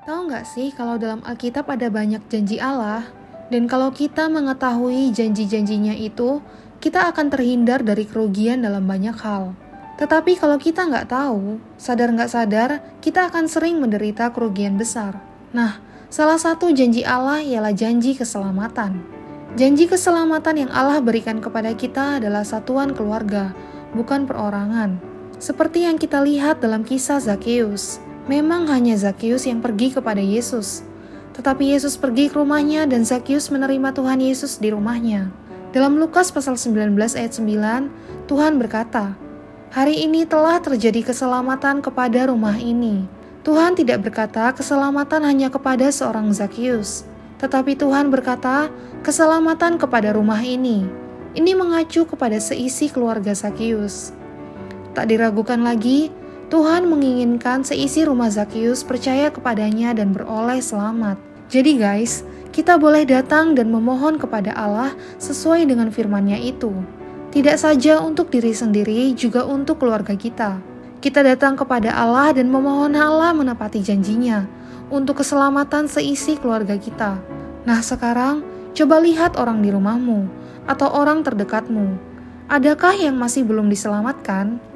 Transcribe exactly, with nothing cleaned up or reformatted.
Tahu nggak sih kalau dalam Alkitab ada banyak janji Allah? Dan kalau kita mengetahui janji-janjinya itu, kita akan terhindar dari kerugian dalam banyak hal. Tetapi kalau kita nggak tahu, sadar nggak sadar, kita akan sering menderita kerugian besar. Nah, salah satu janji Allah ialah janji keselamatan. Janji keselamatan yang Allah berikan kepada kita adalah satuan keluarga, bukan perorangan. Seperti yang kita lihat dalam kisah Zakheus. Memang hanya Zakheus yang pergi kepada Yesus. Tetapi Yesus pergi ke rumahnya dan Zakheus menerima Tuhan Yesus di rumahnya. Dalam Lukas pasal sembilan belas ayat sembilan, Tuhan berkata, "Hari ini telah terjadi keselamatan kepada rumah ini." Tuhan tidak berkata keselamatan hanya kepada seorang Zakheus, tetapi Tuhan berkata keselamatan kepada rumah ini. Ini mengacu kepada seisi keluarga Zakheus. Tak diragukan lagi, Tuhan menginginkan seisi rumah Zakheus percaya kepadanya dan beroleh selamat. Jadi guys, kita boleh datang dan memohon kepada Allah sesuai dengan firman-Nya itu. Tidak saja untuk diri sendiri, juga untuk keluarga kita. Kita datang kepada Allah dan memohon Allah menepati janjinya untuk keselamatan seisi keluarga kita. Nah sekarang, coba lihat orang di rumahmu atau orang terdekatmu. Adakah yang masih belum diselamatkan?